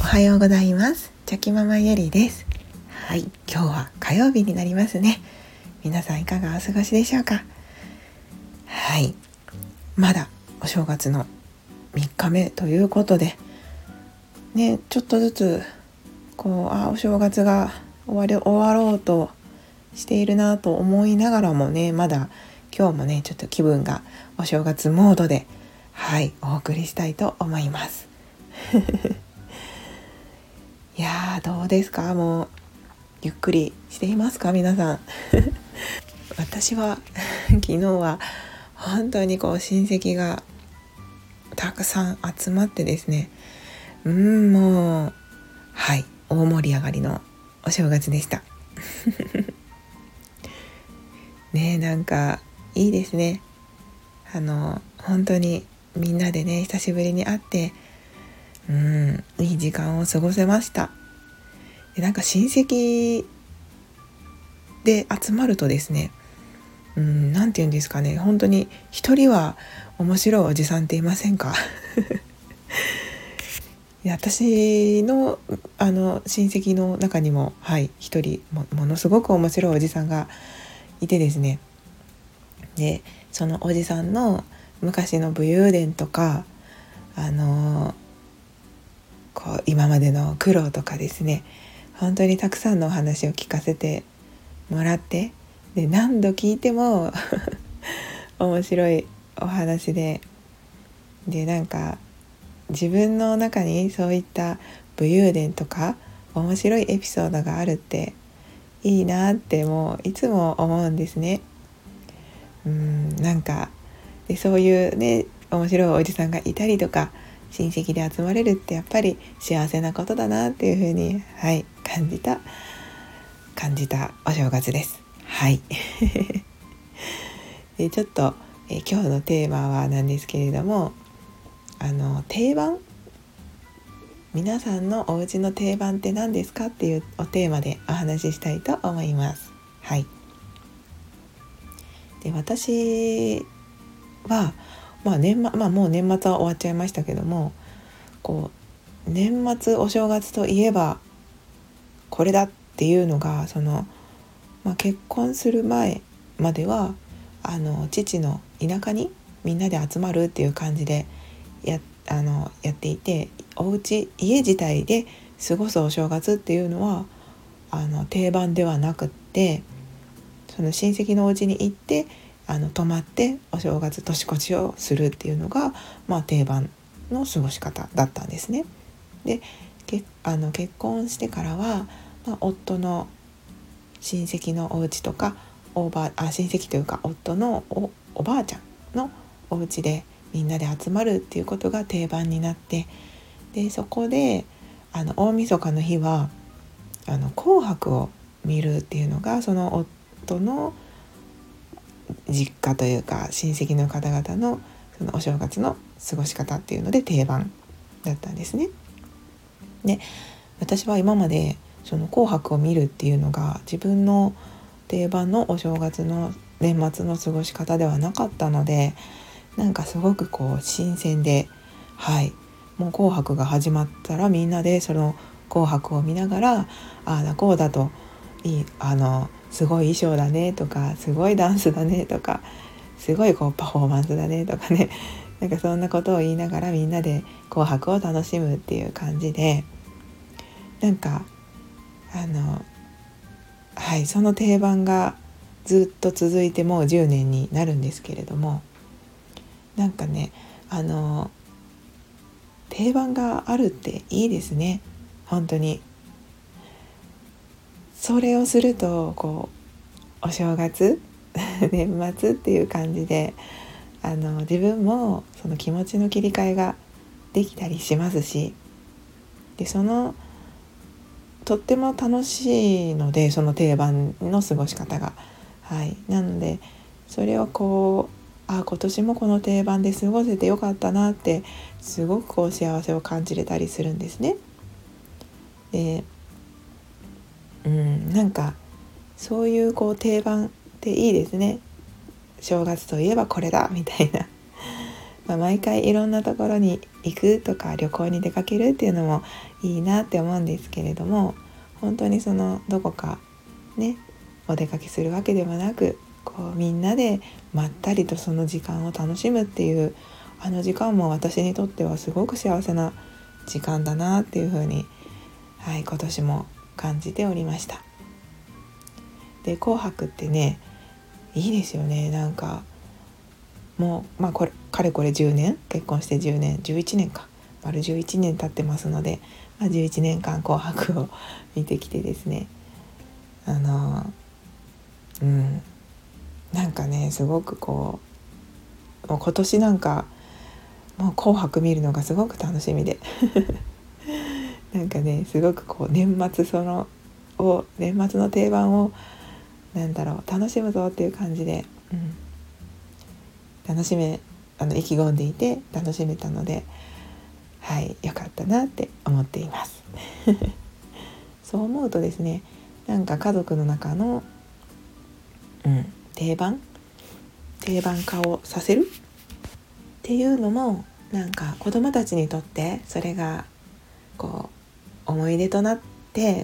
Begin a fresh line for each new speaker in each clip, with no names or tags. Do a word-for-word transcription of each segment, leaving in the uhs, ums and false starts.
おはようございます。チョキママゆりです。はい、今日は火曜日になりますね。皆さんいかがお過ごしでしょうか。はい、まだお正月のみっかめということでね、ちょっとずつこうあお正月が終わり終わろうとしているなと思いながらもね、まだ今日もねちょっと気分がお正月モードではいお送りしたいと思いますいやーどうですか、もうゆっくりしていますか皆さん私は昨日は本当にこう親戚がたくさん集まってですね、うーんもうはい大盛り上がりのお正月でしたねえ、なんかいいですね。あの本当にみんなでね久しぶりに会ってうーんいい時間を過ごせました。でなんか親戚で集まるとですね、うーんなんて言うんですかね、本当に一人は面白いおじさんっていませんかいや私のあの親戚の中にもはい一人 も, ものすごく面白いおじさんがいてですね、でそのおじさんの昔の武勇伝とかあのこう今までの苦労とかですね、本当にたくさんのお話を聞かせてもらって、で何度聞いても面白いお話で、でなんか自分の中にそういった武勇伝とか面白いエピソードがあるっていいなってもういつも思うんですね。うーんなんかでそういうね面白いおじさんがいたりとか親戚で集まれるってやっぱり幸せなことだなっていうふうにはい感じた感じたお正月です。はいでちょっとえ今日のテーマはなんですけれども、あの定番、皆さんのお家の定番って何ですかっていうおテーマでお話ししたいと思います。はい。で私は、まあ年末、まあもう年末は終わっちゃいましたけども、こう年末お正月といえばこれだっていうのがその、まあ、結婚する前まではあの父の田舎にみんなで集まるっていう感じでやあのやっていて、お家家自体で過ごすお正月っていうのはあの定番ではなくって、その親戚のお家に行ってあの泊まってお正月年越しをするっていうのが、まあ、定番の過ごし方だったんですね。でけあの結婚してからは、まあ、夫の親戚のお家とかおばあ親戚というか夫の お, おばあちゃんのお家でみんなで集まるっていうことが定番になって、でそこであの大晦日の日はあの紅白を見るっていうのがその夫の実家というか親戚の方々のそのお正月の過ごし方っていうので定番だったんですね。で私は今までその紅白を見るっていうのが自分の定番のお正月の年末の過ごし方ではなかったので、なんかすごくこう新鮮で、はいもう紅白が始まったらみんなでその紅白を見ながらああだこうだといいあのすごい衣装だねとかすごいダンスだねとかすごいこうパフォーマンスだねとかね、なんかそんなことを言いながらみんなで紅白を楽しむっていう感じで、なんかあのはいその定番がずっと続いてもうじゅうねんになるんですけれども、なんかねあの定番があるっていいですね。本当にそれをするとこうお正月年末っていう感じであの自分もその気持ちの切り替えができたりしますし、でそのとっても楽しいのでその定番の過ごし方が、はい、なのでそれをこうあ今年もこの定番で過ごせてよかったなってすごくこう幸せを感じれたりするんですね。でうんなんかそういうこう定番っていいですね。正月といえばこれだみたいなまあ、毎回いろんなところに行くとか旅行に出かけるっていうのもいいなって思うんですけれども、本当にそのどこかねお出かけするわけでもなく、こうみんなでまったりとその時間を楽しむっていう、あの時間も私にとってはすごく幸せな時間だなっていうふうに、はい、今年も感じておりました。で、紅白ってねいいですよね。なんかもう、まあ、これかれこれじゅうねん、結婚してじゅうねんじゅういちねんか丸じゅういちねん経ってますので、まあ、じゅういちねんかん紅白を見てきてですね、あのうんなんかねすごくこう、もう今年なんかもう紅白見るのがすごく楽しみでなんかねすごくこう年末そのを年末の定番をなんだろう楽しむぞっていう感じで、うん、楽しめあの意気込んでいて楽しめたので、はい良かったなって思っていますそう思うとですね、なんか家族の中の、うん、定番定番化をさせるっていうのも、なんか子どもたちにとってそれがこう思い出となって、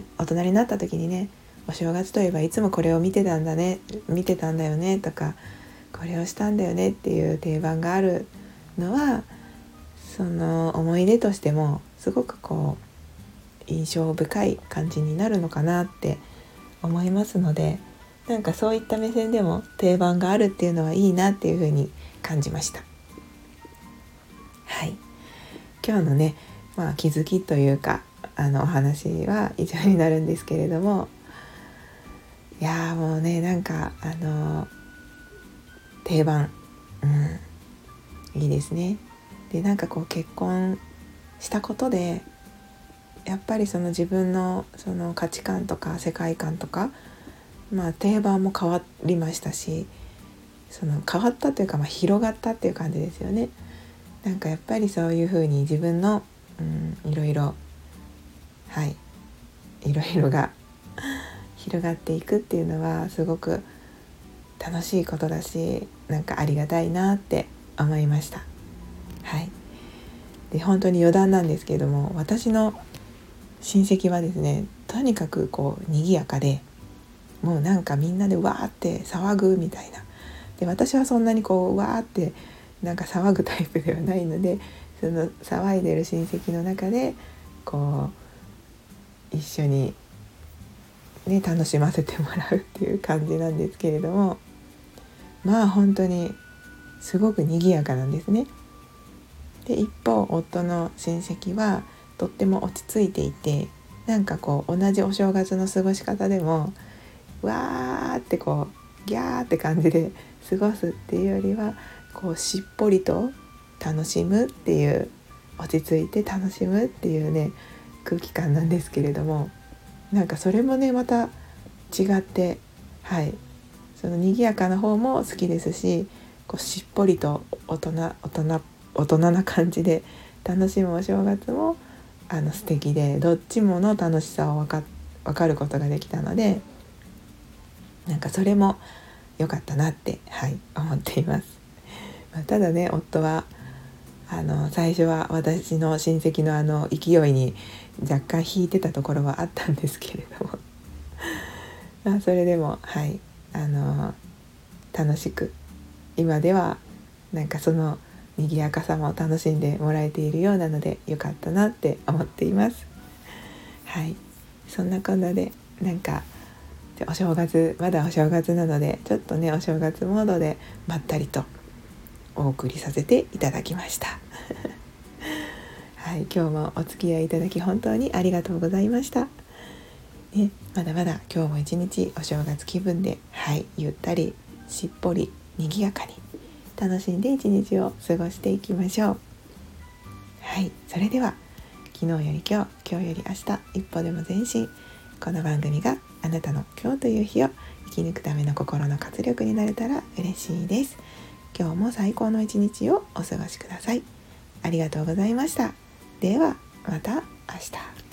大人になった時にね、お正月といえばいつもこれを見てたんだね見てたんだよねとか、これをしたんだよねっていう定番があるのは、その思い出としてもすごくこう印象深い感じになるのかなって思いますので、なんかそういった目線でも定番があるっていうのはいいなっていうふうに感じました。はい、今日のね、まあ、気づきというかあのお話は以上になるんですけれども、いやもうねなんかあの定番、うん、いいですね。でなんかこう結婚したことでやっぱりその自分のその価値観とか世界観とか、まあ、定番も変わりましたし、その変わったというか、まあ、広がったっていう感じですよね。なんかやっぱりそういう風に自分の、うん、いろいろはいいろいろが広がっていくっていうのはすごく楽しいことだし、なんかありがたいなって思いました。はい。で本当に余談なんですけれども、私の親戚はですね、とにかくこう賑やかで、もうなんかみんなでわーって騒ぐみたいな。で私はそんなにこうわーってなんか騒ぐタイプではないので、その騒いでる親戚の中でこう一緒にね楽しませてもらうっていう感じなんですけれども、まあ本当にすごく賑やかなんですね。で一方夫の親戚はとっても落ち着いていて、なんかこう同じお正月の過ごし方でもわーってこうギャーって感じで過ごすっていうよりは、こうしっぽりと楽しむっていう、落ち着いて楽しむっていうね空気感なんですけれども、なんかそれもねまた違って、はいその賑やかな方も好きですし、こうしっぽりと大人大人大人な感じで楽しむお正月もあの素敵で、どっちもの楽しさを分か、分かることができたので、なんかそれも良かったなって、はい、思っています。まあ、ただね夫はあの最初は私の親戚のあの勢いに若干引いてたところはあったんですけれどもまあそれでもはいあの楽しく、今ではなんかその賑やかさも楽しんでもらえているようなので良かったなって思っています。はい、そんなこんなでなんかお正月まだお正月なのでちょっとねお正月モードでまったりとお送りさせていただきましたはい、今日もお付き合いいただき本当にありがとうございました、ね、まだまだ今日も一日お正月気分で、はい、ゆったりしっぽり賑やかに楽しんで一日を過ごしていきましょう。はい、それでは昨日より今日、今日より明日、一歩でも前進。この番組があなたの今日という日を生き抜くための心の活力になれたら嬉しいです。今日も最高の一日をお過ごしください。ありがとうございました。ではまた明日。